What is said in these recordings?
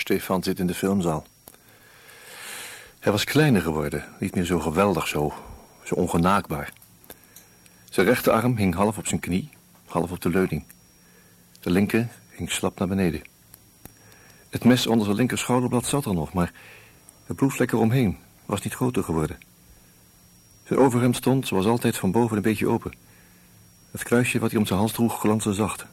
Stefan zit in de filmzaal. Hij was kleiner geworden, niet meer zo geweldig, zo ongenaakbaar. Zijn rechterarm hing half op zijn knie, half op de leuning. De linker hing slap naar beneden. Het mes onder zijn linker schouderblad zat er nog, maar het bloedvlek eromheen was niet groter geworden. Zijn overhemd stond, zoals altijd, van boven een beetje open. Het kruisje wat hij om zijn hals droeg glansde zacht.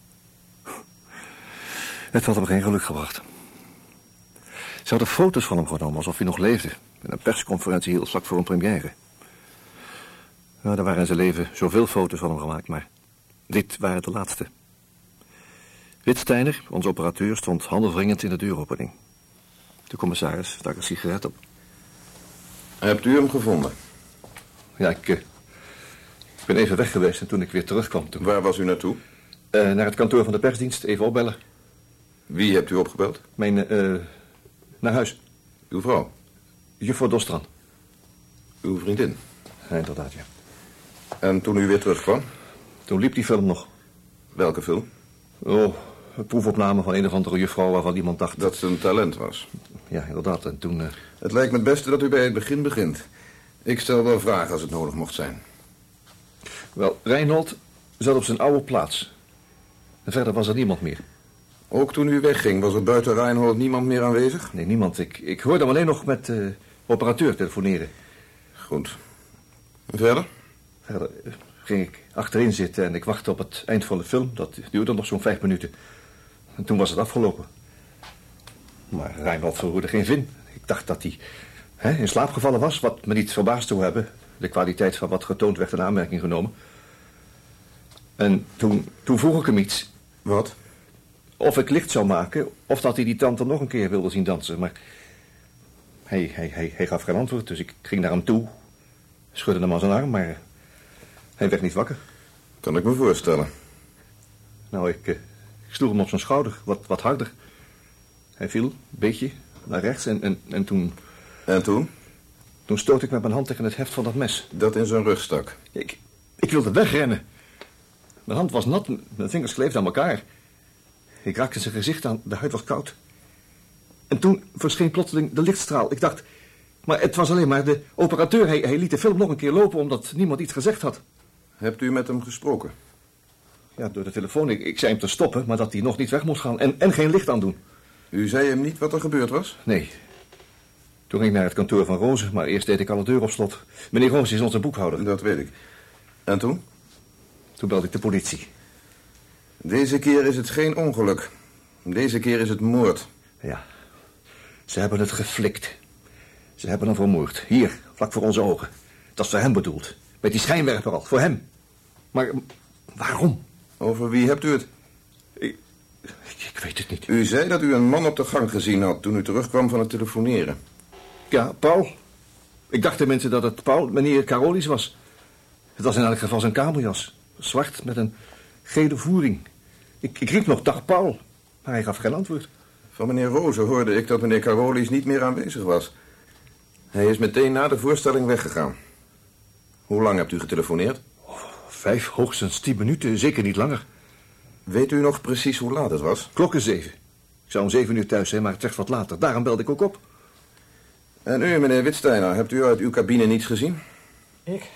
Het had hem geen geluk gebracht. Ze hadden foto's van hem genomen, alsof hij nog leefde. En een persconferentie hield vlak voor een première. Nou, er waren in zijn leven zoveel foto's van hem gemaakt, maar dit waren de laatste. Witsteiner, onze operateur, stond handenwringend in de deuropening. De commissaris stak een sigaret op. Hebt u hem gevonden? Ja, ik ben even weg geweest en toen ik weer terugkwam... Waar was u naartoe? Naar het kantoor van de persdienst, even opbellen. Wie hebt u opgebeld? Naar huis. Uw vrouw? Juffrouw Dostran. Uw vriendin? Ja, inderdaad, ja. En toen u weer terugkwam? Toen liep die film nog. Welke film? Oh, een proefopname van een of andere juffrouw waarvan iemand dacht... Dat ze een talent was. Ja, inderdaad. En toen... Het lijkt me het beste dat u bij het begin begint. Ik stel wel vragen als het nodig mocht zijn. Wel, Reinhold zat op zijn oude plaats. En verder was er niemand meer. Ook toen u wegging, was er buiten Reinhold niemand meer aanwezig? Nee, niemand. Ik hoorde hem alleen nog met de operateur telefoneren. Goed. En verder? Verder ging ik achterin zitten en ik wachtte op het eind van de film. Dat duurde nog zo'n 5 minuten. En toen was het afgelopen. Maar Reinhold verroerde geen vin. Ik dacht dat hij in slaap gevallen was, wat me niet verbaasd zou hebben. De kwaliteit van wat getoond werd in aanmerking genomen. En toen vroeg ik hem iets. Wat? Of ik licht zou maken, of dat hij die tante nog een keer wilde zien dansen. Maar hij gaf geen antwoord, dus ik ging naar hem toe. Schudde hem aan zijn arm, maar hij werd niet wakker. Kan ik me voorstellen. Nou, ik sloeg hem op zijn schouder, wat harder. Hij viel, een beetje, naar rechts en toen... En toen? Toen stoot ik met mijn hand tegen het heft van dat mes. Dat in zijn rug stak? Ik wilde wegrennen. Mijn hand was nat, mijn vingers kleefden aan elkaar. Ik raakte zijn gezicht aan, de huid was koud. En toen verscheen plotseling de lichtstraal. Ik dacht, maar het was alleen maar de operateur. Hij liet de film nog een keer lopen omdat niemand iets gezegd had. Hebt u met hem gesproken? Ja, door de telefoon. Ik zei hem te stoppen, maar dat hij nog niet weg moest gaan en geen licht aandoen. U zei hem niet wat er gebeurd was? Nee. Toen ging ik naar het kantoor van Roze, maar eerst deed ik alle deur op slot. Meneer Roze is onze boekhouder. Dat weet ik. En toen? Toen belde ik de politie. Deze keer is het geen ongeluk. Deze keer is het moord. Ja. Ze hebben het geflikt. Ze hebben hem vermoord. Hier, vlak voor onze ogen. Dat is voor hem bedoeld. Met die schijnwerper al, voor hem. Maar waarom? Over wie hebt u het? Ik weet het niet. U zei dat u een man op de gang gezien had toen u terugkwam van het telefoneren. Ja, Paul. Ik dacht tenminste dat het Paul, meneer Carolis was. Het was in elk geval zijn kamerjas. Zwart met een gele voering. Ik riep nog, dag Paul. Maar hij gaf geen antwoord. Van meneer Roze hoorde ik dat meneer Carolis niet meer aanwezig was. Hij is meteen na de voorstelling weggegaan. Hoe lang hebt u getelefoneerd? 5, hoogstens 10 minuten, zeker niet langer. Weet u nog precies hoe laat het was? Klok is 7. Ik zou om 7 uur thuis zijn, maar het werd wat later. Daarom belde ik ook op. En u, meneer Witsteiner, hebt u uit uw cabine niets gezien? Ik?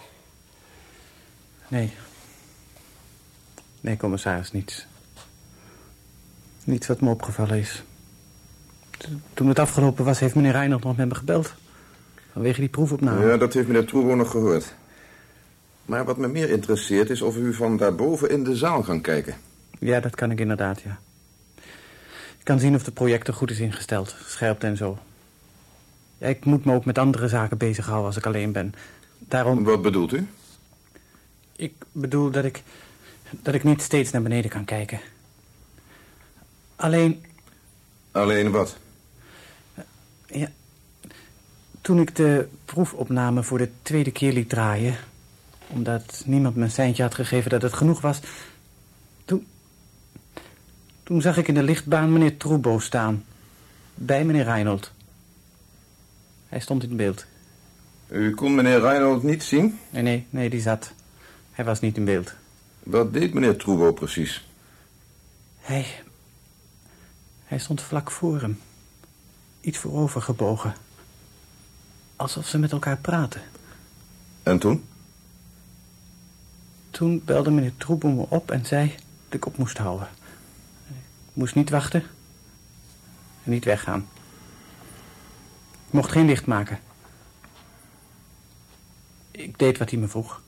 Nee. Nee, commissaris, niets. Niets wat me opgevallen is. Toen het afgelopen was, heeft meneer Reinhold nog met me gebeld. Vanwege die proefopname. Ja, dat heeft meneer Troebo nog gehoord. Maar wat me meer interesseert is of u van daarboven in de zaal kan kijken. Ja, dat kan ik inderdaad, ja. Ik kan zien of de projector goed is ingesteld. Scherpte en zo. Ja, ik moet me ook met andere zaken bezighouden als ik alleen ben. Daarom... Wat bedoelt u? Ik bedoel dat ik niet steeds naar beneden kan kijken. Alleen... Alleen wat? Ja, toen ik de proefopname voor de tweede keer liet draaien... omdat niemand me een seintje had gegeven dat het genoeg was... Toen zag ik in de lichtbaan meneer Troebo staan. Bij meneer Reinhold. Hij stond in beeld. U kon meneer Reinhold niet zien? Nee, die zat. Hij was niet in beeld. Wat deed meneer Troebo precies? Hij Hij stond vlak voor hem. Iets voorovergebogen. Alsof ze met elkaar praten. En toen? Toen belde meneer Troebel me op en zei dat ik op moest houden. Ik moest niet wachten en niet weggaan. Ik mocht geen licht maken. Ik deed wat hij me vroeg.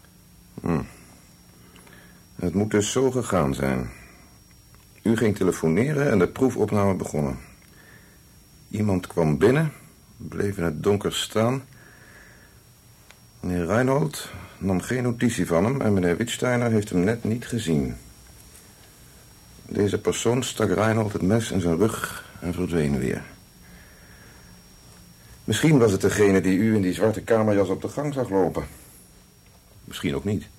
Het moet dus zo gegaan zijn. U ging telefoneren en de proefopname begonnen. Iemand kwam binnen, bleef in het donker staan. Meneer Reinhold nam geen notitie van hem en meneer Wittsteiner heeft hem net niet gezien. Deze persoon stak Reinhold het mes in zijn rug en verdween weer. Misschien was het degene die u in die zwarte kamerjas op de gang zag lopen. Misschien ook niet.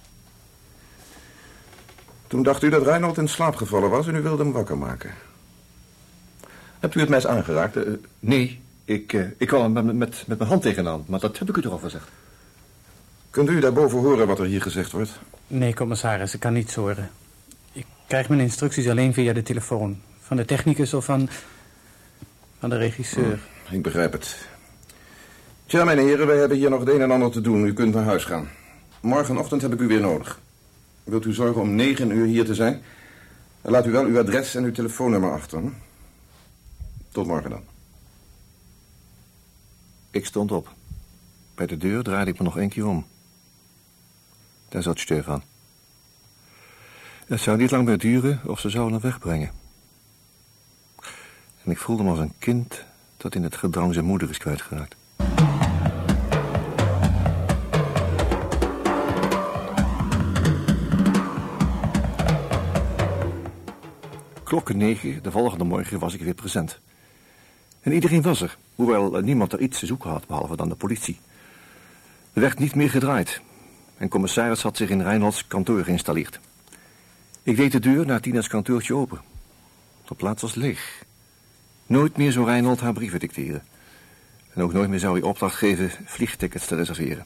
Toen dacht u dat Reinhold in slaap gevallen was en u wilde hem wakker maken. Hebt u het mes aangeraakt? Nee, ik kwam er met mijn hand tegenaan, maar dat heb ik u toch al gezegd. Kunt u daarboven horen wat er hier gezegd wordt? Nee, commissaris, ik kan niets horen. Ik krijg mijn instructies alleen via de telefoon. Van de technicus of van de regisseur. Ik begrijp het. Tja, mijn heren, wij hebben hier nog het een en ander te doen. U kunt naar huis gaan. Morgenochtend heb ik u weer nodig. Wilt u zorgen om 9 uur hier te zijn? Laat u wel uw adres en uw telefoonnummer achter. Hm? Tot morgen dan. Ik stond op. Bij de deur draaide ik me nog 1 keer om. Daar zat Stefan. Het zou niet lang meer duren of ze zouden hem wegbrengen. En ik voelde me als een kind dat in het gedrang zijn moeder is kwijtgeraakt. Klokken 9, de volgende morgen, was ik weer present. En iedereen was er, hoewel niemand er iets te zoeken had, behalve dan de politie. Er werd niet meer gedraaid. En commissaris had zich in Reinholds kantoor geïnstalleerd. Ik deed de deur naar Tina's kantoortje open. De plaats was leeg. Nooit meer zou Reinhold haar brieven dicteren. En ook nooit meer zou hij opdracht geven vliegtickets te reserveren.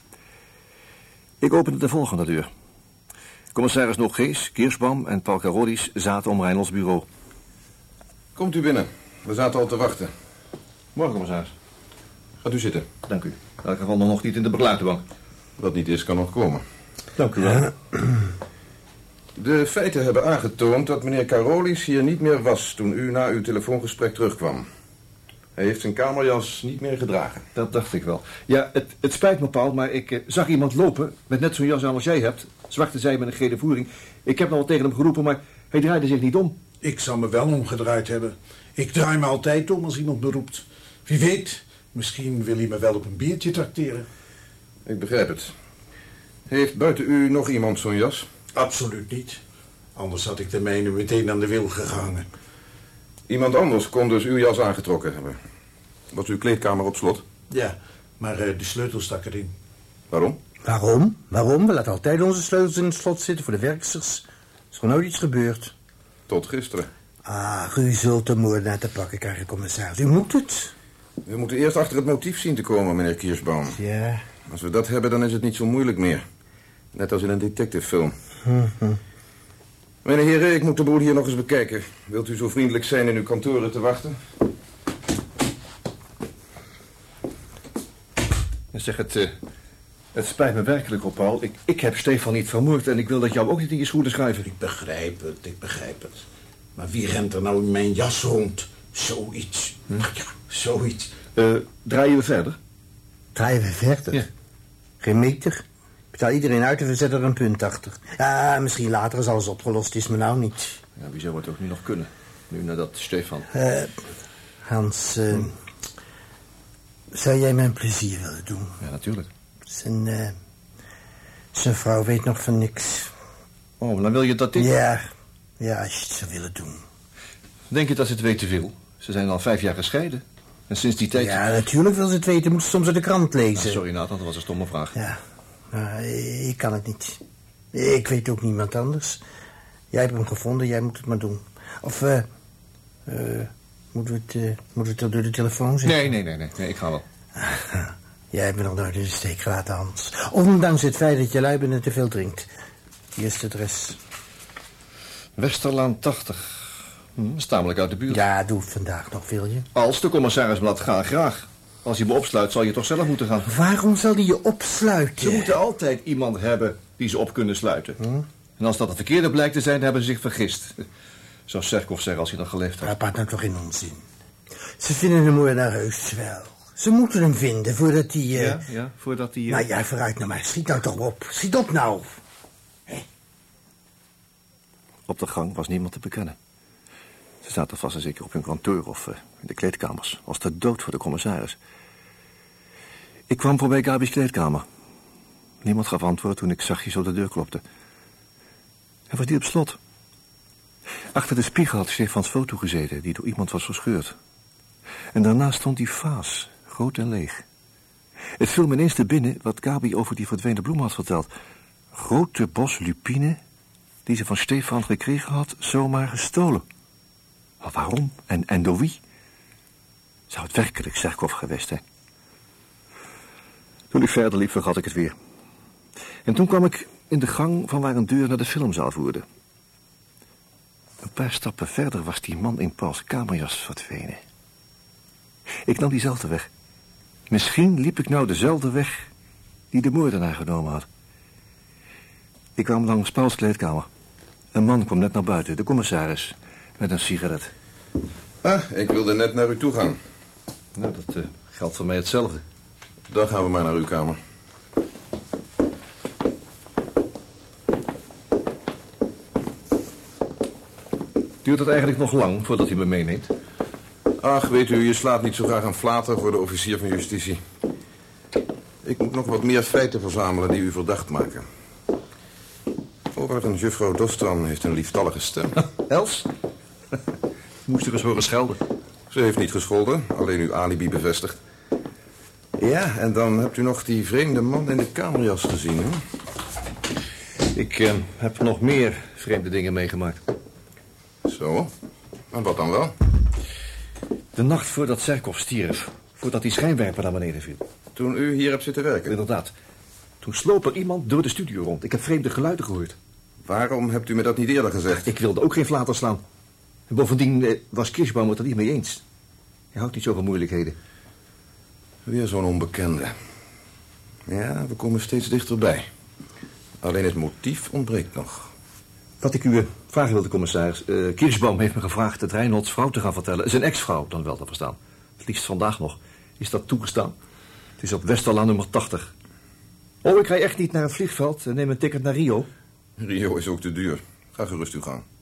Ik opende de volgende deur. Commissaris Nogees, Kirschbaum en Paul Carolis zaten om Reinholds bureau. Komt u binnen. We zaten al te wachten. Morgen, commissaris. Gaat u zitten. Dank u. In elk geval nog niet in de begluitenbank. Wat niet is, kan nog komen. Dank u wel. De feiten hebben aangetoond dat meneer Carolis hier niet meer was toen u na uw telefoongesprek terugkwam. Hij heeft zijn kamerjas niet meer gedragen. Dat dacht ik wel. Ja, het spijt me, Paul, maar ik zag iemand lopen met net zo'n jas aan als jij hebt. Zwarte zij met een gele voering. Ik heb nog wel tegen hem geroepen, maar hij draaide zich niet om. Ik zou me wel omgedraaid hebben. Ik draai me altijd om als iemand me roept. Wie weet, misschien wil hij me wel op een biertje trakteren. Ik begrijp het. Heeft buiten u nog iemand zo'n jas? Absoluut niet. Anders had ik de mijne meteen aan de wil gehangen. Iemand anders kon dus uw jas aangetrokken hebben. Was uw kleedkamer op slot? Ja, maar de sleutel stak erin. Waarom? Waarom? We laten altijd onze sleutels in het slot zitten voor de werksters. Er is gewoon nooit iets gebeurd. Tot gisteren. Ah, u zult de moordenaar te pakken krijgen, commissaris. U moet het. We moeten eerst achter het motief zien te komen, meneer Kirschbaum. Ja. Als we dat hebben, dan is het niet zo moeilijk meer. Net als in een detectivefilm. Meneer heren, ik moet de boel hier nog eens bekijken. Wilt u zo vriendelijk zijn in uw kantoren te wachten? Zeg, het spijt me werkelijk op, Paul. Ik heb Stefan niet vermoord en ik wil dat jou ook niet in je schoenen schrijven. Ik begrijp het. Maar wie rent er nou in mijn jas rond? Zoiets. Ja, zoiets. Draaien we verder? Draaien we verder? Ja. Geen meter? Betaal iedereen uit en we zetten er een punt achter. Ja, misschien later als alles opgelost is, maar nou niet. Ja, wie zou het ook nu nog kunnen? Nu nadat Stefan... Hans, zou jij mij een plezier willen doen? Ja, natuurlijk. Zijn vrouw weet nog van niks. Oh, dan wil je dat ik... Ja, als je het zou willen doen. Denk je dat ze het weet te veel? Ze zijn al 5 jaar gescheiden. En sinds die tijd... Ja, natuurlijk wil ze het weten. Moet ze soms uit de krant lezen. Ah, sorry, Nathan, dat was een stomme vraag. Ja, maar ik kan het niet. Ik weet ook niemand anders. Jij hebt hem gevonden, jij moet het maar doen. Of, moeten we het door de telefoon zeggen? Nee, ik ga wel. Jij hebt me nog nooit in de steek gelaten, Hans. Ondanks het feit dat je lui bent en te veel drinkt. Hier is het adres. Westerlaan 80. Dat is tamelijk uit de buurt. Ja, doe het vandaag nog, wil je? Als de commissaris me laat gaan, graag. Als hij me opsluit, zal je toch zelf moeten gaan. Waarom zal hij je opsluiten? Ze moeten altijd iemand hebben die ze op kunnen sluiten. En als dat een verkeerde blijkt te zijn, hebben ze zich vergist. Zou Serkov zeggen als hij nog geleefd had. Ja, praat nou toch geen onzin. Ze vinden hem moordenaar heus wel. Ze moeten hem vinden voordat hij... Ja, voordat hij... Nou ja, vooruit naar mij. Schiet nou toch op. Schiet op nou. Op de gang was niemand te bekennen. Ze zaten vast en zeker op hun kantoor of in de kleedkamers. Als de dood voor de commissaris. Ik kwam voorbij Gabi's kleedkamer. Niemand gaf antwoord toen ik zachtjes op de deur klopte. Hij was niet op slot. Achter de spiegel had Stefans foto gezeten, die door iemand was verscheurd. En daarnaast stond die vaas, groot en leeg. Het viel me ineens te binnen wat Gabi over die verdwenen bloem had verteld. Grote bos lupine, die ze van Stefan gekregen had, zomaar gestolen. Maar waarom en door wie? Zou het werkelijk Serkov geweest zijn? Toen ik verder liep, vergat ik het weer. En toen kwam ik in de gang van waar een deur naar de filmzaal voerde. Een paar stappen verder was die man in Pauls kamerjas verdwenen. Ik nam diezelfde weg. Misschien liep ik nou dezelfde weg die de moordenaar genomen had. Ik kwam langs Pauls kleedkamer. Een man kwam net naar buiten, de commissaris, met een sigaret. Ah, ik wilde net naar u toe gaan. Nou, dat geldt voor mij hetzelfde. Dan gaan we maar naar uw kamer. Duurt het eigenlijk nog lang voordat hij me meeneemt? Ach, weet u, je slaat niet zo graag een flater voor de officier van justitie. Ik moet nog wat meer feiten verzamelen die u verdacht maken. Overigens, juffrouw Dostran heeft een lieftallige stem. Els? Moest er eens horen schelden. Ze heeft niet gescholden, alleen uw alibi bevestigd. Ja, en dan hebt u nog die vreemde man in de kamerjas gezien, hè? Ik heb nog meer vreemde dingen meegemaakt. Zo, en wat dan wel? De nacht voordat Serkov stierf, voordat die schijnwerper naar beneden viel. Toen u hier hebt zitten werken? Inderdaad. Toen sloop er iemand door de studio rond. Ik heb vreemde geluiden gehoord. Waarom hebt u me dat niet eerder gezegd? Ik wilde ook geen flater slaan. En bovendien was Kirschbaum het er niet mee eens. Hij houdt niet zo van moeilijkheden. Weer zo'n onbekende. Ja, we komen steeds dichterbij. Alleen het motief ontbreekt nog. Wat ik u vragen wilde, commissaris. Kirschbaum heeft me gevraagd het Reinholds vrouw te gaan vertellen. Zijn ex-vrouw, dan wel te verstaan. Het liefst vandaag nog. Is dat toegestaan? Het is op Westerlaan nummer 80. Oh, ik rij echt niet naar het vliegveld en neem een ticket naar Rio. Rio is ook te duur. Ga gerust uw gang.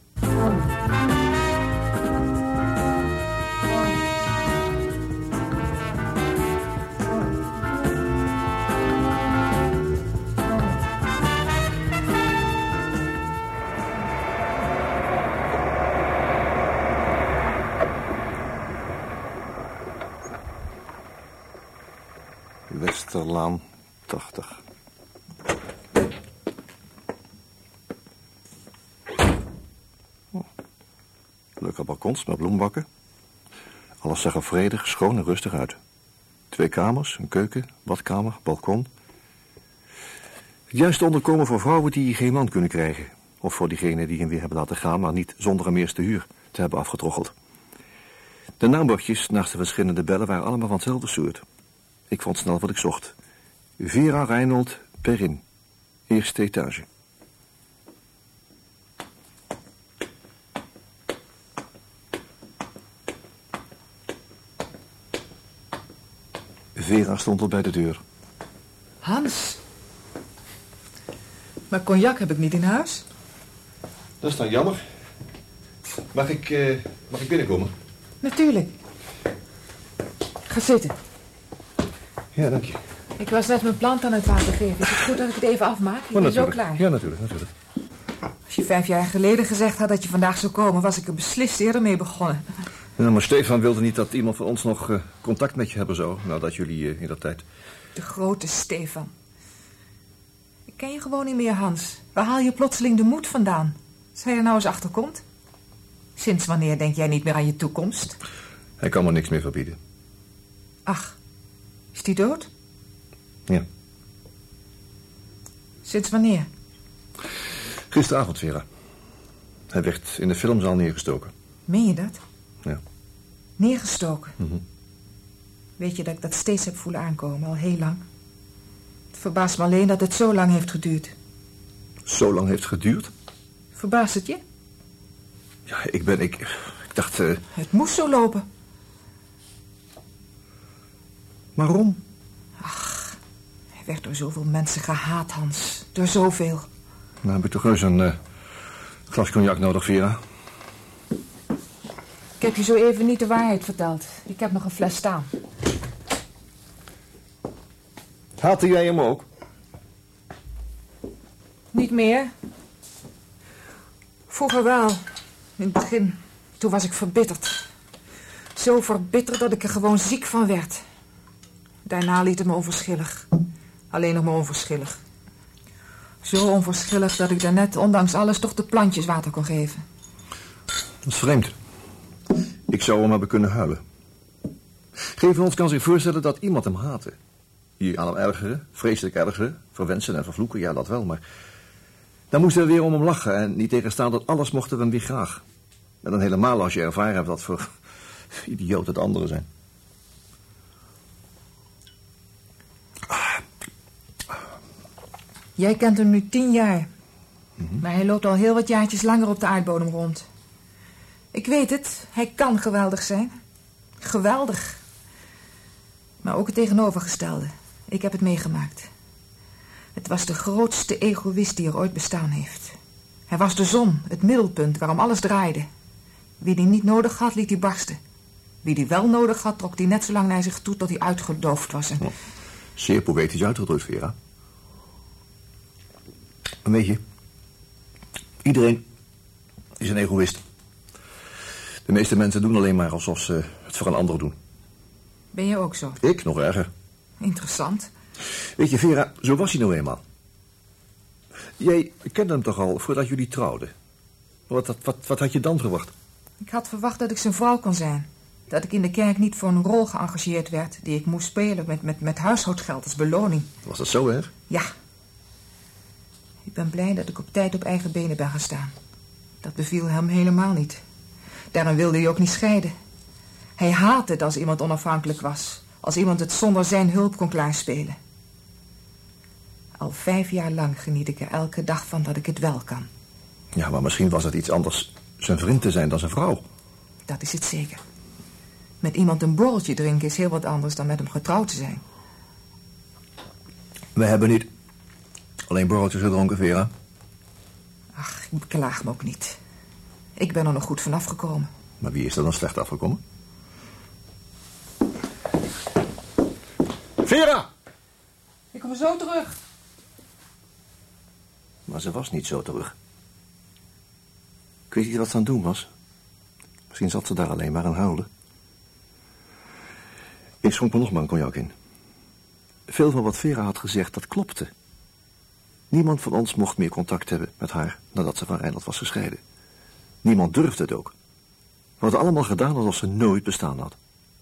Westerlaan 80. Leuke balkons met bloembakken. Alles zag er vredig, schoon en rustig uit. 2 kamers, een keuken, badkamer, balkon. Het juiste onderkomen voor vrouwen die geen man kunnen krijgen. Of voor diegenen die hem weer hebben laten gaan, maar niet zonder hem eerst de huur te hebben afgetroggeld. De naambordjes naast de verschillende bellen waren allemaal van hetzelfde soort. Ik vond snel wat ik zocht. Vera Reinhold Perrin. Eerste etage. Vera stond al bij de deur. Hans. Maar cognac heb ik niet in huis. Dat is dan jammer. Mag ik binnenkomen? Natuurlijk. Ga zitten. Ja, dank je. Ik was net mijn plant aan het water geven. Is het goed dat ik het even afmaak? Ik ben zo klaar. Ja, natuurlijk. Als je 5 jaar geleden gezegd had dat je vandaag zou komen, was ik er beslist eerder mee begonnen. Ja, maar Stefan wilde niet dat iemand van ons nog contact met je hebben zo. Nou, dat jullie in dat tijd... De grote Stefan. Ik ken je gewoon niet meer, Hans. Waar haal je plotseling de moed vandaan? Als hij er nou eens achter komt? Sinds wanneer denk jij niet meer aan je toekomst? Hij kan me niks meer verbieden. Ach, is die dood? Ja. Sinds wanneer? Gisteravond, Vera. Hij werd in de filmzaal neergestoken. Meen je dat? Ja. Neergestoken. Weet je dat ik dat steeds heb voelen aankomen, al heel lang? Het verbaast me alleen dat het zo lang heeft geduurd. Zo lang heeft het geduurd? Verbaast het je? Ja, ik dacht... Het moest zo lopen. Waarom? Hij werd door zoveel mensen gehaat, Hans. Door zoveel. Nou heb ik toch heus een glas cognac nodig, Vera. Ik heb je zo even niet de waarheid verteld. Ik heb nog een fles staan. Haatte jij hem ook? Niet meer. Vroeger wel. In het begin. Toen was ik verbitterd. Zo verbitterd dat ik er gewoon ziek van werd. Daarna liet het me onverschillig. Alleen nog maar onverschillig. Zo onverschillig dat ik daarnet, ondanks alles, toch de plantjes water kon geven. Dat is vreemd. Ik zou hem hebben kunnen huilen. Geen van ons kan zich voorstellen dat iemand hem haatte. Hier aan hem ergeren, vreselijk ergeren, verwensen en vervloeken, ja dat wel, maar... Dan moesten we weer om hem lachen en niet tegenstaan dat alles mochten we hem weer graag. En dan helemaal als je ervaren hebt wat voor idioot het anderen zijn. Jij kent hem nu 10 jaar. Maar hij loopt al heel wat jaartjes langer op de aardbodem rond. Ik weet het, hij kan geweldig zijn. Geweldig. Maar ook het tegenovergestelde. Ik heb het meegemaakt. Het was de grootste egoïst die er ooit bestaan heeft. Hij was de zon, het middelpunt waarom alles draaide. Wie die niet nodig had, liet hij barsten. Wie die wel nodig had, trok die net zo lang naar zich toe tot hij uitgedoofd was. Zeer poëtisch uitgedrukt, Vera. En weet je, iedereen is een egoïst. De meeste mensen doen alleen maar alsof ze het voor een ander doen. Ben je ook zo? Ik nog erger. Interessant. Weet je, Vera, zo was hij nou eenmaal. Jij kende hem toch al voordat jullie trouwden? Wat had je dan verwacht? Ik had verwacht dat ik zijn vrouw kon zijn. Dat ik in de kerk niet voor een rol geëngageerd werd die ik moest spelen met huishoudgeld als beloning. Was dat zo erg? Ja. Ik ben blij dat ik op tijd op eigen benen ben gaan staan. Dat beviel hem helemaal niet. Daarom wilde hij ook niet scheiden. Hij haatte het als iemand onafhankelijk was. Als iemand het zonder zijn hulp kon klaarspelen. Al 5 jaar lang geniet ik er elke dag van dat ik het wel kan. Ja, maar misschien was het iets anders zijn vriend te zijn dan zijn vrouw. Dat is het zeker. Met iemand een borreltje drinken is heel wat anders dan met hem getrouwd te zijn. We hebben niet alleen borreltjes gedronken, Vera. Ach, ik beklaag me ook niet. Ik ben er nog goed vanaf gekomen. Maar wie is er dan slecht afgekomen? Vera! Ik kom zo terug. Maar ze was niet zo terug. Ik weet niet wat ze aan het doen was. Misschien zat ze daar alleen maar aan huilen. Ik schonk me nog maar een cognac in. Veel van wat Vera had gezegd, dat klopte. Niemand van ons mocht meer contact hebben met haar nadat ze van Reinhold was gescheiden. Niemand durfde het ook. We hadden allemaal gedaan alsof ze nooit bestaan had.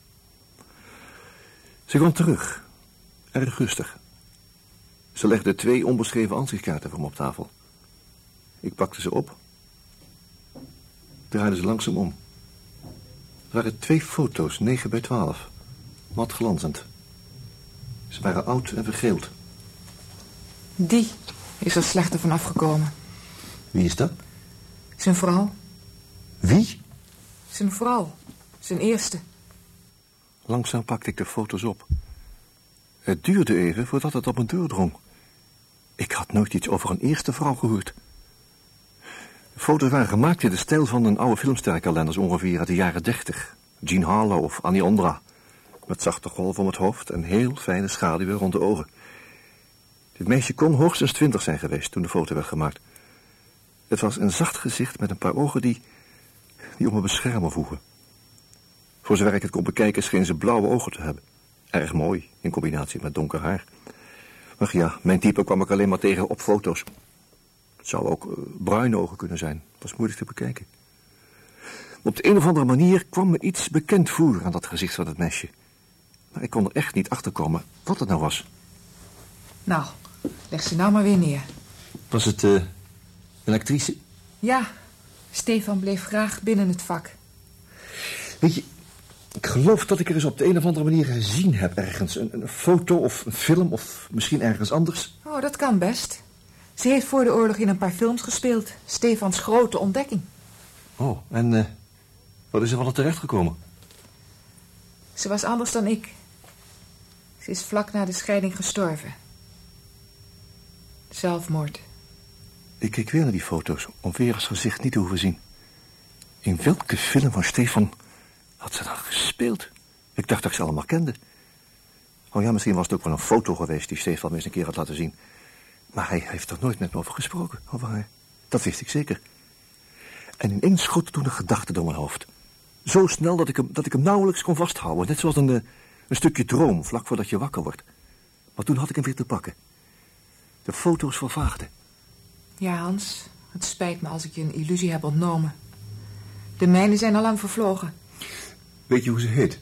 Ze kwam terug. Erg rustig. Ze legde 2 onbeschreven ansichtkaarten voor me op tafel. Ik pakte ze op. Draaide ze langzaam om. Er waren 2 foto's, 9 bij 12. Mat glanzend. Ze waren oud en vergeeld. Die is er slechter van afgekomen. Wie is dat? Zijn vrouw. Wie? Zijn vrouw. Zijn eerste. Langzaam pakte ik de foto's op. Het duurde even voordat het op me doordrong. Ik had nooit iets over een eerste vrouw gehoord. De foto's waren gemaakt in de stijl van een oude filmsterrenkalenders ongeveer uit de jaren 30. Jean Harlow of Annie Ondra. Met zachte golven om het hoofd en heel fijne schaduwen rond de ogen. Dit meisje kon hoogstens 20 zijn geweest toen de foto werd gemaakt. Het was een zacht gezicht met een paar ogen die om me beschermen voegen. Voor zover ik het kon bekijken scheen ze blauwe ogen te hebben. Erg mooi, in combinatie met donker haar. Maar ja, mijn type kwam ik alleen maar tegen op foto's. Het zou ook bruine ogen kunnen zijn. Dat was moeilijk te bekijken. Op de een of andere manier kwam me iets bekend voor aan dat gezicht van het meisje. Maar ik kon er echt niet achter komen wat het nou was. Nou, leg ze nou maar weer neer. Was het een actrice? Ja, Stefan bleef graag binnen het vak. Weet je, ik geloof dat ik er eens op de een of andere manier gezien heb ergens. Een foto of een film of misschien ergens anders. Oh, dat kan best. Ze heeft voor de oorlog in een paar films gespeeld. Stefans grote ontdekking. Oh, en wat is er van haar terechtgekomen? Ze was anders dan ik. Ze is vlak na de scheiding gestorven. Zelfmoord. Ik keek weer naar die foto's om Vera's gezicht niet te hoeven zien. In welke film van Stefan had ze dan gespeeld? Ik dacht dat ik ze allemaal kende. Oh ja, misschien was het ook wel een foto geweest die Stefan me eens een keer had laten zien. Maar hij heeft er nooit met me over gesproken, over haar. Dat wist ik zeker. En ineens schoot toen een gedachte door mijn hoofd. Zo snel dat ik hem nauwelijks kon vasthouden. Net zoals een stukje droom, vlak voordat je wakker wordt. Maar toen had ik hem weer te pakken. De foto's vervaagden. Ja, Hans, het spijt me als ik je een illusie heb ontnomen. De mijne zijn al lang vervlogen. Weet je hoe ze heet?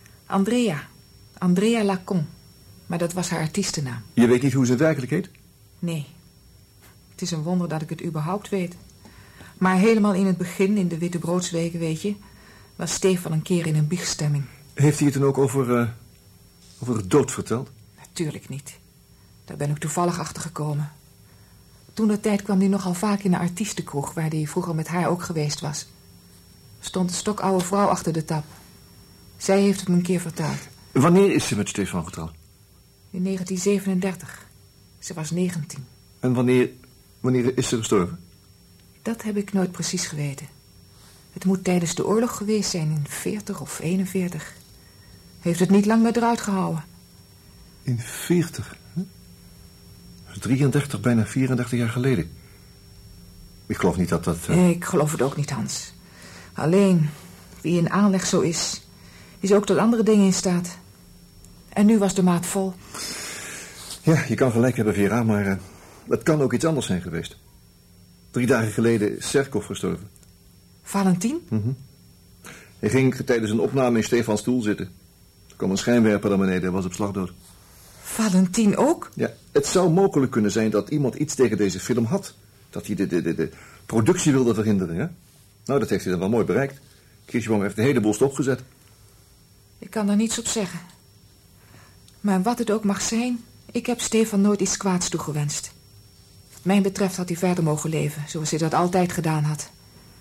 Andrea Lacon. Maar dat was haar artiestennaam. Je weet niet hoe ze werkelijk heet? Nee. Het is een wonder dat ik het überhaupt weet. Maar helemaal in het begin, in de Wittebroodsweken, weet je, was Stefan een keer in een biechtstemming. Heeft hij het dan ook over de dood verteld? Natuurlijk niet. Daar ben ik toevallig achter gekomen. Toen de tijd kwam hij nogal vaak in de artiestenkroeg, waar hij vroeger met haar ook geweest was. Stond een stokoude vrouw achter de tap. Zij heeft het me een keer verteld. Wanneer is ze met Stefan getrouwd? In 1937. Ze was 19. En wanneer is ze gestorven? Dat heb ik nooit precies geweten. Het moet tijdens de oorlog geweest zijn, in 40 of 41. Heeft het niet lang met eruit gehouden. In 40, hè? Dat is 33, bijna 34 jaar geleden. Ik geloof niet dat dat... Ik geloof het ook niet, Hans. Alleen, wie in aanleg zo is ook tot andere dingen in staat. En nu was de maat vol. Ja, je kan gelijk hebben, Vera, maar het kan ook iets anders zijn geweest. 3 dagen geleden is Serkov gestorven. Valentin? Hij ging tijdens een opname in Stefans stoel zitten. Er kwam een schijnwerper naar beneden en was op slag dood. Valentin ook? Ja, het zou mogelijk kunnen zijn dat iemand iets tegen deze film had. Dat hij de productie wilde verhinderen, hè? Nou, dat heeft hij dan wel mooi bereikt. Kirschbaum heeft de hele boel stopgezet. Ik kan daar niets op zeggen. Maar wat het ook mag zijn, ik heb Stefan nooit iets kwaads toegewenst. Wat mij betreft had hij verder mogen leven, zoals hij dat altijd gedaan had.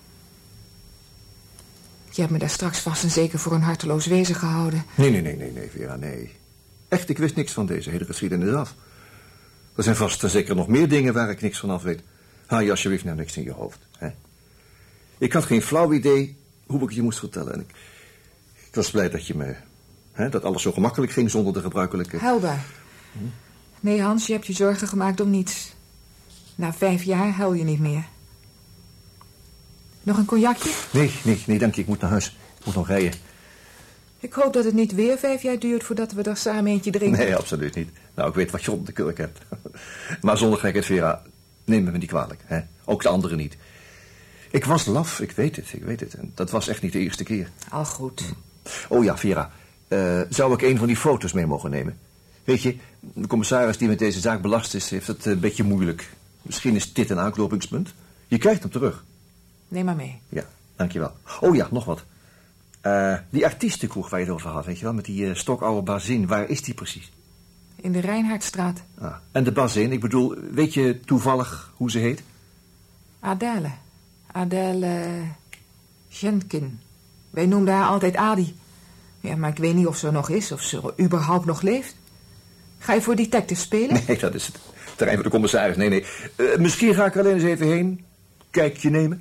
Je hebt me daar straks vast en zeker voor een harteloos wezen gehouden. Nee, Vera, nee. Echt, ik wist niks van deze hele geschiedenis af. Er zijn vast en zeker nog meer dingen waar ik niks van af weet. Haal je alsjeblieft nou niks in je hoofd, hè? Ik had geen flauw idee hoe ik het je moest vertellen. En ik was blij dat je me... dat alles zo gemakkelijk ging zonder de gebruikelijke... Huilbaar. Nee, Hans, je hebt je zorgen gemaakt om niets. Na 5 jaar huil je niet meer. Nog een cognacje? Nee, dank je. Ik moet naar huis. Ik moet nog rijden. Ik hoop dat het niet weer 5 jaar duurt voordat we er samen eentje drinken. Nee, absoluut niet. Nou, ik weet wat je op de kurk hebt. Maar zonder gekheid, Vera, neem me niet kwalijk. Hè? Ook de anderen niet. Ik was laf, ik weet het. En dat was echt niet de eerste keer. Al goed. Oh ja, Vera. Zou ik een van die foto's mee mogen nemen? Weet je, de commissaris die met deze zaak belast is, heeft het een beetje moeilijk. Misschien is dit een aanknopingspunt. Je krijgt hem terug. Neem maar mee. Ja, dankjewel. Oh ja, nog wat. Die artiestenkroeg waar je het over had, weet je wel, met die stokoude bazin, waar is die precies? In de Reinhardtstraat. Ah, en de bazin, ik bedoel, weet je toevallig hoe ze heet? Adele Genkin. Wij noemden haar altijd Adi. Ja, maar ik weet niet of ze er nog is, of ze überhaupt nog leeft. Ga je voor detective spelen? Nee, dat is het terrein van de commissaris. Nee. Misschien ga ik er alleen eens even heen. Kijkje nemen.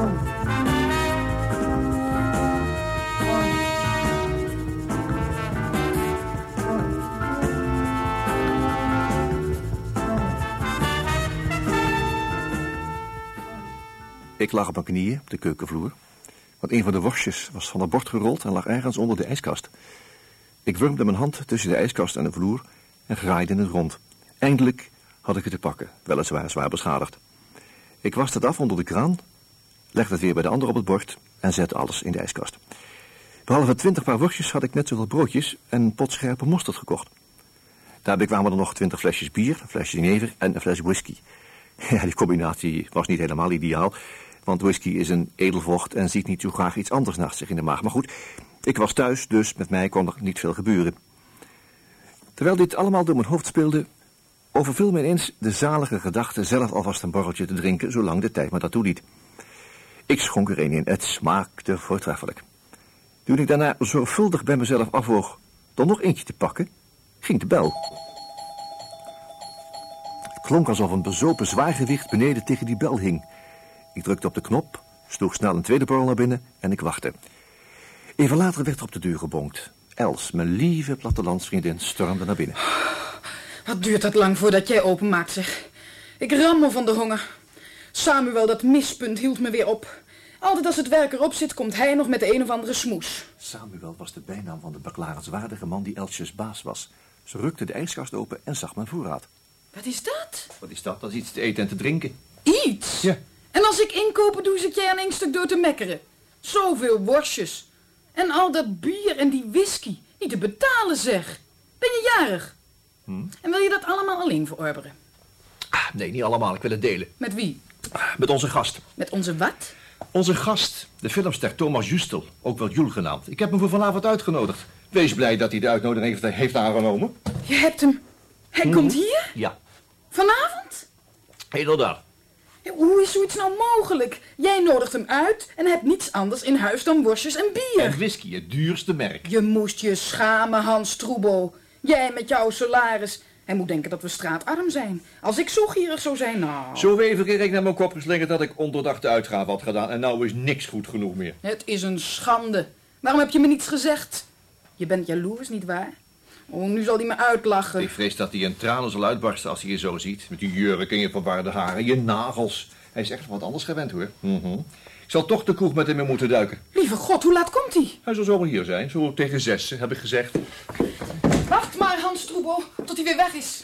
Ik lag op mijn knieën op de keukenvloer. Want een van de worstjes was van het bord gerold en lag ergens onder de ijskast. Ik wurmde mijn hand tussen de ijskast en de vloer en graaide in het rond. Eindelijk had ik het te pakken, weliswaar zwaar beschadigd. Ik waste het af onder de kraan, legde het weer bij de ander op het bord en zette alles in de ijskast. Behalve 20 paar worstjes had ik net zoveel broodjes en een pot scherpe mosterd gekocht. Daarbij kwamen er nog 20 flesjes bier, een flesje jenever en een fles whisky. Ja, die combinatie was niet helemaal ideaal. Want whisky is een edelvocht en ziet niet zo graag iets anders naast zich in de maag. Maar goed, ik was thuis, dus met mij kon er niet veel gebeuren. Terwijl dit allemaal door mijn hoofd speelde, overviel me ineens de zalige gedachte zelf alvast een borreltje te drinken, zolang de tijd me dat toeliet. Ik schonk er een in. Het smaakte voortreffelijk. Toen ik daarna zorgvuldig bij mezelf afwoog er nog eentje te pakken, ging de bel. Het klonk alsof een bezopen zwaargewicht beneden tegen die bel hing. Ik drukte op de knop, sloeg snel een tweede borrel naar binnen en ik wachtte. Even later werd er op de deur gebonkt. Els, mijn lieve plattelandsvriendin, stormde naar binnen. Wat duurt dat lang voordat jij openmaakt, zeg. Ik rammel van de honger. Samuel, dat mispunt, hield me weer op. Altijd als het werk erop zit, komt hij nog met de een of andere smoes. Samuel was de bijnaam van de beklagenswaardige man die Elsjes baas was. Ze rukte de ijskast open en zag mijn voorraad. Wat is dat? Wat is dat? Dat is iets te eten en te drinken. Iets? Ja. En als ik inkopen doe, zit jij aan één stuk door te mekkeren. Zoveel worstjes. En al dat bier en die whisky. Niet te betalen, zeg. Ben je jarig? En wil je dat allemaal alleen verorberen? Nee, niet allemaal. Ik wil het delen. Met wie? Met onze gast. Met onze wat? Onze gast, de filmster Thomas Justel, ook wel Jules genaamd. Ik heb hem voor vanavond uitgenodigd. Wees blij dat hij de uitnodiging heeft aangenomen. Je hebt hem... Hij komt hier? Ja. Vanavond? Inderdaad. Hoe is zoiets nou mogelijk? Jij nodigt hem uit en hebt niets anders in huis dan worstjes en bier. En whisky, het duurste merk. Je moest je schamen, Hans Troebo. Jij met jouw salaris. Hij moet denken dat we straatarm zijn. Als ik zo gierig zou zijn, nou... Zo even kreeg ik naar mijn kop geslingerd dat ik ondoordachte uitgave had gedaan. En nou is niks goed genoeg meer. Het is een schande. Waarom heb je me niets gezegd? Je bent jaloers, nietwaar? Oh, nu zal hij me uitlachen. Ik vrees dat hij in tranen zal uitbarsten als hij je zo ziet. Met die jurk en je verwarde haren, je nagels. Hij is echt wat anders gewend, hoor. Ik zal toch de kroeg met hem in moeten duiken. Lieve God, hoe laat komt hij? Hij zal zo wel hier zijn, zo tegen 6, heb ik gezegd. Wacht maar, Hans Troebo, tot hij weer weg is.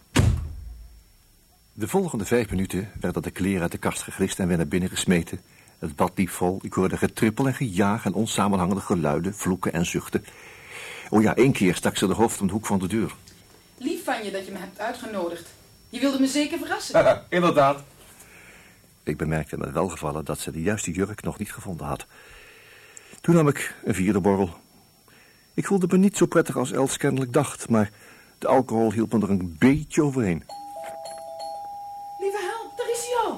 De volgende 5 minuten werden de kleren uit de kast gegrist en weer naar binnen gesmeten. Het bad liep vol, ik hoorde getrippel en gejaag en onsamenhangende geluiden, vloeken en zuchten. Oh ja, 1 keer stak ze de hoofd om de hoek van de deur. Lief van je dat je me hebt uitgenodigd. Je wilde me zeker verrassen. Inderdaad. Ik bemerkte met welgevallen dat ze de juiste jurk nog niet gevonden had. Toen nam ik een 4e borrel. Ik voelde me niet zo prettig als Els kennelijk dacht, maar de alcohol hielp me er een beetje overheen. Lieve help, daar is hij al.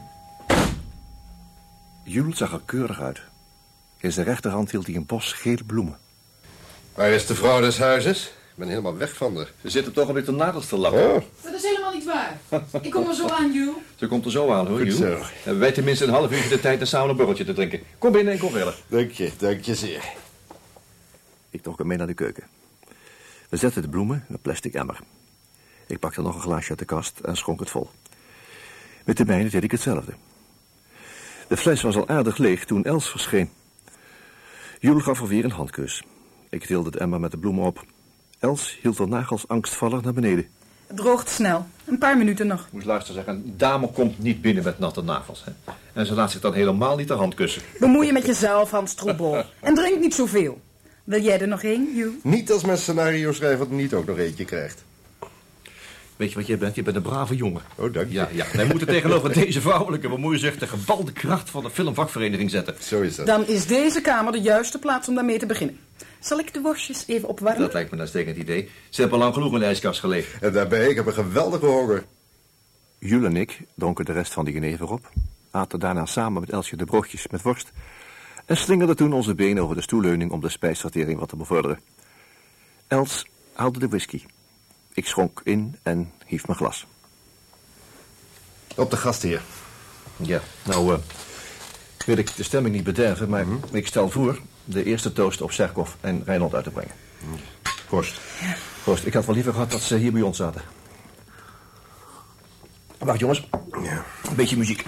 Jules zag er keurig uit. In zijn rechterhand hield hij een bos gele bloemen. Waar is de vrouw des huizes? Ik ben helemaal weg van haar. Ze zitten toch alweer de nagels te lappen. Oh, Dat is helemaal niet waar. Ik kom er zo aan, Jules. Ze komt er zo aan, hoor, Goed Jules. zo. Hebben wij tenminste een half uurtje de tijd om samen een borreltje te drinken. Kom binnen en kom verder. dank je zeer. Ik trok hem mee naar de keuken. We zetten de bloemen in een plastic emmer. Ik pakte nog een glaasje uit de kast en schonk het vol. Met de mijne deed ik hetzelfde. De fles was al aardig leeg toen Els verscheen. Jules gaf er weer een handkus. Ik tilde de emmer met de bloemen op. Els hield haar nagels angstvallig naar beneden. Het droogt snel. Een paar minuten nog. Ik moest luisteren zeggen, een dame komt niet binnen met natte nagels. Hè? En ze laat zich dan helemaal niet de hand kussen. Bemoei je met jezelf, Hans Troebo. En drink niet zoveel. Wil jij er nog één, Jules? Niet als mijn scenario schrijver er niet ook nog eentje krijgt. Weet je wat jij bent? Je bent een brave jongen. Oh, dank je. Ja. Wij moeten tegenover deze vrouwelijke bemoeizucht de gebalde kracht van de filmvakvereniging zetten. Zo is dat. Dan is deze kamer de juiste plaats om daarmee te beginnen. Zal ik de worstjes even opwarmen? Dat lijkt me een uitstekend idee. Ze hebben al lang genoeg in de ijskast gelegen. En daarbij, ik heb een geweldige honger. Jules en ik dronken de rest van de jenever op, aten daarna samen met Elsje de broodjes met worst en slingerden toen onze benen over de stoelleuning om de spijsvertering wat te bevorderen. Els haalde de whisky. Ik schonk in en hief mijn glas. Op de gastheer. Ja, nou wil ik de stemming niet bederven, maar ik stel voor de eerste toast op Serkov en Reinhold uit te brengen. Proost. Proost, ik had wel liever gehad dat ze hier bij ons zaten. Wacht jongens, Ja. een beetje muziek.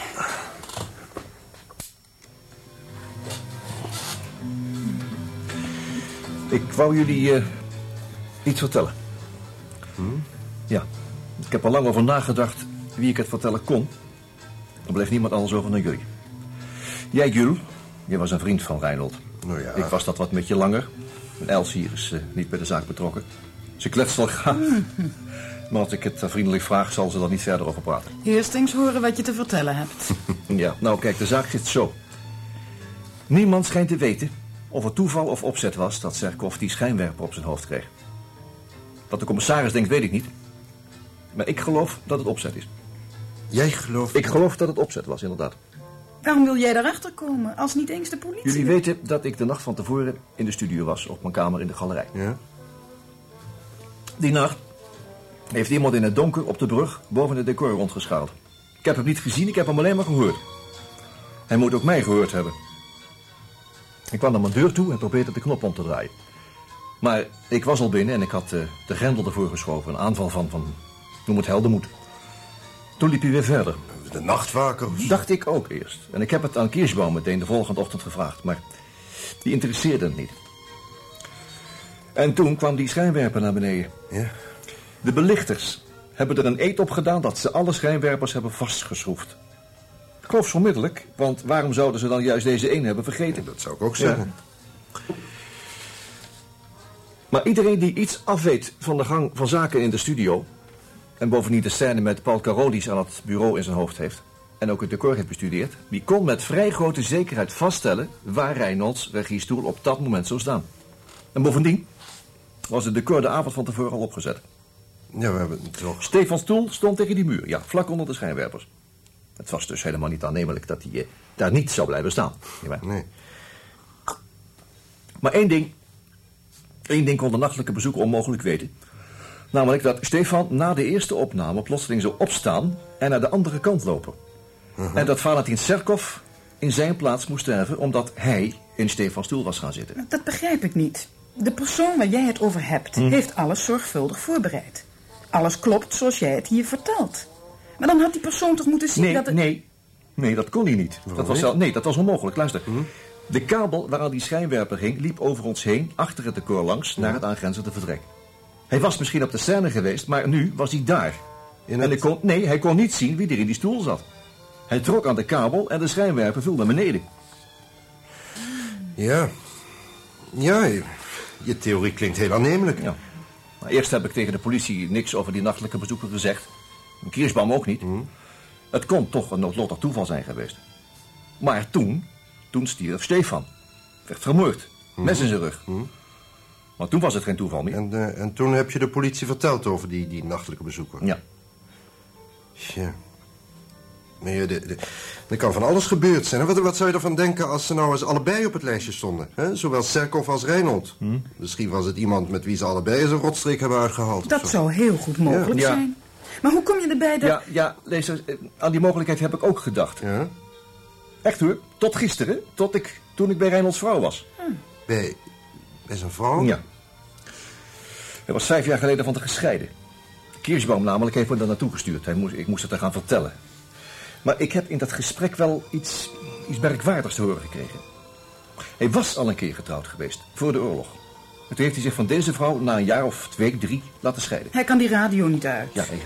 Ik wou jullie iets vertellen. Ja, ik heb er lang over nagedacht wie ik het vertellen kon. Er bleef niemand anders over dan jullie. Jij, Jules, je was een vriend van Reinhold. Nou ja. Ik was dat wat met je langer. En Els hier is niet bij de zaak betrokken. Ze kletst wel graag. Maar als ik het vriendelijk vraag, zal ze er niet verder over praten. Eerst eens horen wat je te vertellen hebt. Ja, nou kijk, de zaak zit zo. Niemand schijnt te weten of het toeval of opzet was dat Serkov die schijnwerper op zijn hoofd kreeg. Wat de commissaris denkt, weet ik niet. Maar ik geloof dat het opzet is. Jij gelooft... Ik geloof dat het opzet was, inderdaad. Waarom wil jij daarachter komen, als niet eens de politie? Jullie weten dat ik de nacht van tevoren in de studio was, op mijn kamer in de galerij. Ja? Die nacht heeft iemand in het donker op de brug boven het decor rondgeschaald. Ik heb hem niet gezien, ik heb hem alleen maar gehoord. Hij moet ook mij gehoord hebben. Ik kwam naar mijn deur toe en probeerde de knop om te draaien. Maar ik was al binnen en ik had de grendel ervoor geschoven. Een aanval van noem het heldenmoed. Toen liep hij weer verder. De nachtwakers. Dacht ik ook eerst. En ik heb het aan Kirschbaum meteen de volgende ochtend gevraagd. Maar die interesseerde het niet. En toen kwam die schijnwerper naar beneden. Ja. De belichters hebben er een eed op gedaan dat ze alle schijnwerpers hebben vastgeschroefd. Geloofsonmiddellijk, want waarom zouden ze dan juist deze één hebben vergeten? Dat zou ik ook zeggen. Ja. Maar iedereen die iets afweet van de gang van zaken in de studio... en bovendien de scène met Paul Carodis aan het bureau in zijn hoofd heeft... en ook het decor heeft bestudeerd... die kon met vrij grote zekerheid vaststellen... waar Reynolds regiestoel op dat moment zou staan. En bovendien was het decor de avond van tevoren al opgezet. Ja, we hebben het toch... Stefans stoel stond tegen die muur, ja, vlak onder de schijnwerpers. Het was dus helemaal niet aannemelijk dat hij daar niet zou blijven staan. Nee. Maar één ding kon de nachtelijke bezoeker onmogelijk weten. Namelijk dat Stefan na de eerste opname plotseling zou opstaan en naar de andere kant lopen. En dat Valentin Serkov in zijn plaats moest sterven omdat hij in Stefans stoel was gaan zitten. Dat begrijp ik niet. De persoon waar jij het over hebt, heeft alles zorgvuldig voorbereid. Alles klopt zoals jij het hier vertelt. Maar dan had die persoon toch moeten zien dat het... Nee, dat kon hij niet. Dat was onmogelijk. Luister. De kabel waaraan die schijnwerper hing liep over ons heen, achter het decor langs, naar het aangrenzende vertrek. Hij was misschien op de scène geweest, maar nu was hij daar. Hij kon niet zien wie er in die stoel zat. Hij trok aan de kabel en de schijnwerper viel naar beneden. Ja. Ja, je theorie klinkt heel aannemelijk. Ja. Maar eerst heb ik tegen de politie niks over die nachtelijke bezoeker gezegd. Kirschbaum ook niet. Het kon toch een noodlottig toeval zijn geweest. Maar toen stierf Stefan. Werd vermoord. Mes in zijn rug. Maar toen was het geen toeval meer. En toen heb je de politie verteld over die nachtelijke bezoeker? Ja. Ja. Maar er kan van alles gebeurd zijn. Wat zou je ervan denken als ze nou eens allebei op het lijstje stonden? Hè? Zowel Serkov als Reinold. Misschien was het iemand met wie ze allebei eens een rotstreek hebben uitgehaald. Dat zou heel goed mogelijk zijn. Maar hoe kom je erbij dat... Ja, lezer, aan die mogelijkheid heb ik ook gedacht. Ja? Echt hoor, tot gisteren, toen ik bij Reinolds vrouw was. Bij zijn vrouw? Ja. Hij was 5 jaar geleden van te gescheiden. Kirschbaum namelijk heeft me daar naartoe gestuurd. Ik moest het er gaan vertellen. Maar ik heb in dat gesprek wel iets merkwaardigs te horen gekregen. Hij was al een keer getrouwd geweest, voor de oorlog. En toen heeft hij zich van deze vrouw na een jaar of 2, 3 laten scheiden. Hij kan die radio niet uit. Ja, even.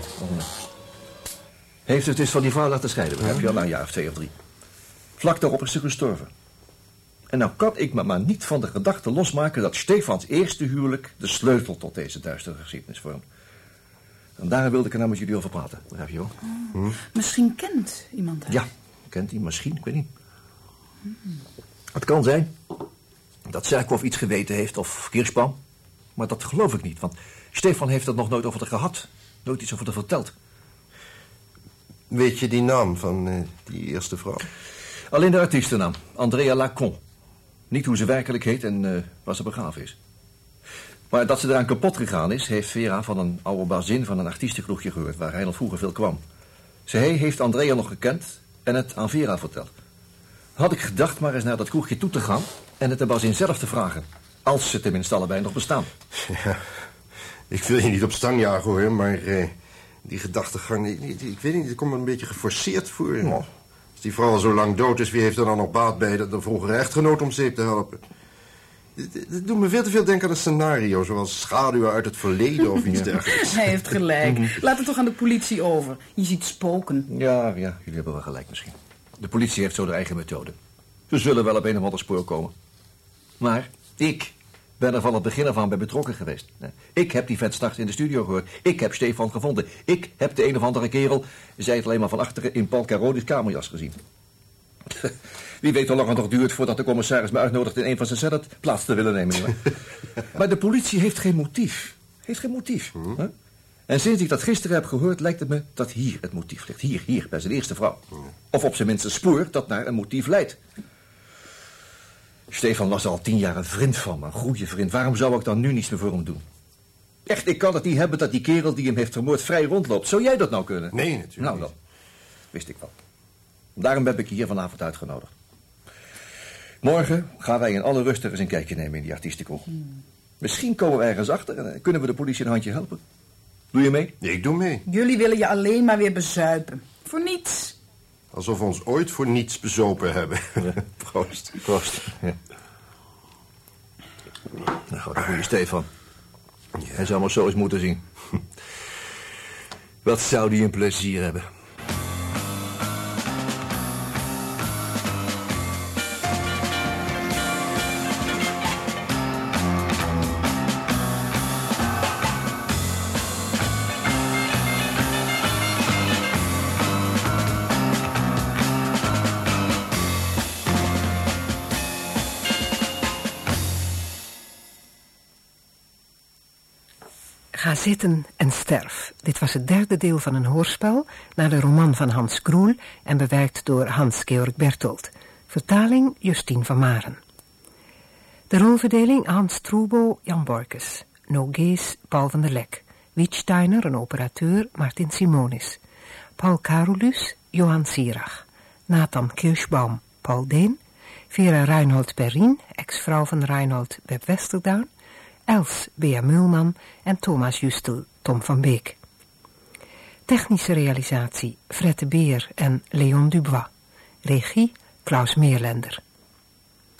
Hij heeft het dus van die vrouw laten scheiden, begrijp je al, na een jaar of 2 of 3. Vlak daarop is ze gestorven. En nou kan ik me maar niet van de gedachte losmaken dat Stefans eerste huwelijk de sleutel tot deze duistere geschiedenis vormt. En daar wilde ik er nou met jullie over praten, begrijp je wel? Misschien kent iemand hem. Ja, kent hij misschien, ik weet niet. Het kan zijn dat Serkov iets geweten heeft of Kirschbaum. Maar dat geloof ik niet, want Stefan heeft er nog nooit over gehad. Nooit iets over verteld. Weet je die naam van die eerste vrouw? Alleen de artiestennaam, Andrea Lacon. Niet hoe ze werkelijk heet en waar ze begraven is. Maar dat ze eraan kapot gegaan is, heeft Vera van een oude bazin van een artiestenkroegje gehoord, waar hij nog vroeger veel kwam. Zij heeft Andrea nog gekend en het aan Vera verteld. Had ik gedacht maar eens naar dat kroegje toe te gaan en het de bazin zelf te vragen. Als ze tenminste allebei nog bestaan. Ja, ik wil je niet op stang jagen hoor, maar die gedachtegang, ik weet niet, die komt me een beetje geforceerd voor. Oh. Als die vrouw al zo lang dood is, wie heeft er dan nog baat bij de vroegere echtgenoot om zeep te helpen? Het doet me veel te veel denken aan een scenario, zoals schaduwen uit het verleden of iets dergelijks. Hij heeft gelijk. Laat het toch aan de politie over. Je ziet spoken. Ja, jullie hebben wel gelijk misschien. De politie heeft zo de eigen methode. Ze zullen wel op een of ander spoor komen. Maar ik ben er van het begin af aan bij betrokken geweest. Ik heb die vent straks in de studio gehoord. Ik heb Stefan gevonden. Ik heb de een of andere kerel, zei het alleen maar van achteren, in Paul Carodis kamerjas gezien. Wie weet hoe lang het nog duurt voordat de commissaris me uitnodigt in een van zijn cellen plaats te willen nemen. Maar de politie heeft geen motief. Hè? En sinds ik dat gisteren heb gehoord, lijkt het me dat hier het motief ligt. Hier, bij zijn eerste vrouw. Of op zijn minst een spoor dat naar een motief leidt. Stefan was al 10 jaar een vriend van me, een goede vriend. Waarom zou ik dan nu niets meer voor hem doen? Echt, ik kan het niet hebben dat die kerel die hem heeft vermoord vrij rondloopt. Zou jij dat nou kunnen? Nee, natuurlijk Nou, dat wist ik wel. Daarom heb ik je hier vanavond uitgenodigd. Morgen gaan wij in alle rust er eens een kijkje nemen in die artiestenkroeg. Misschien komen we ergens achter en kunnen we de politie een handje helpen. Doe je mee? Nee, ik doe mee. Jullie willen je alleen maar weer bezuipen. Voor niets. Alsof we ons ooit voor niets bezopen hebben. Proost. Ja. Nou, wat een goede Stefan. Hij zou maar zo eens moeten zien. Wat zou die een plezier hebben. Ga zitten en sterf. Dit was het 3e deel van een hoorspel naar de roman van Hans Groel en bewerkt door Hans-Georg Berthold. Vertaling Justine van Maren. De rolverdeling Hans Trubo, Jan Borkes. Nogees, Paul van der Lek. Wietsteiner, een operateur, Martin Simonis. Paul Carolus, Johan Sierach. Nathan Kirschbaum, Paul Deen. Vera Reinhold-Perrin, ex-vrouw van Reinhold Web Westerduin. Els Bea Mulman en Thomas Justel, Tom van Beek. Technische realisatie Fred de Beer en Leon Dubois. Regie Klaus Meerlender.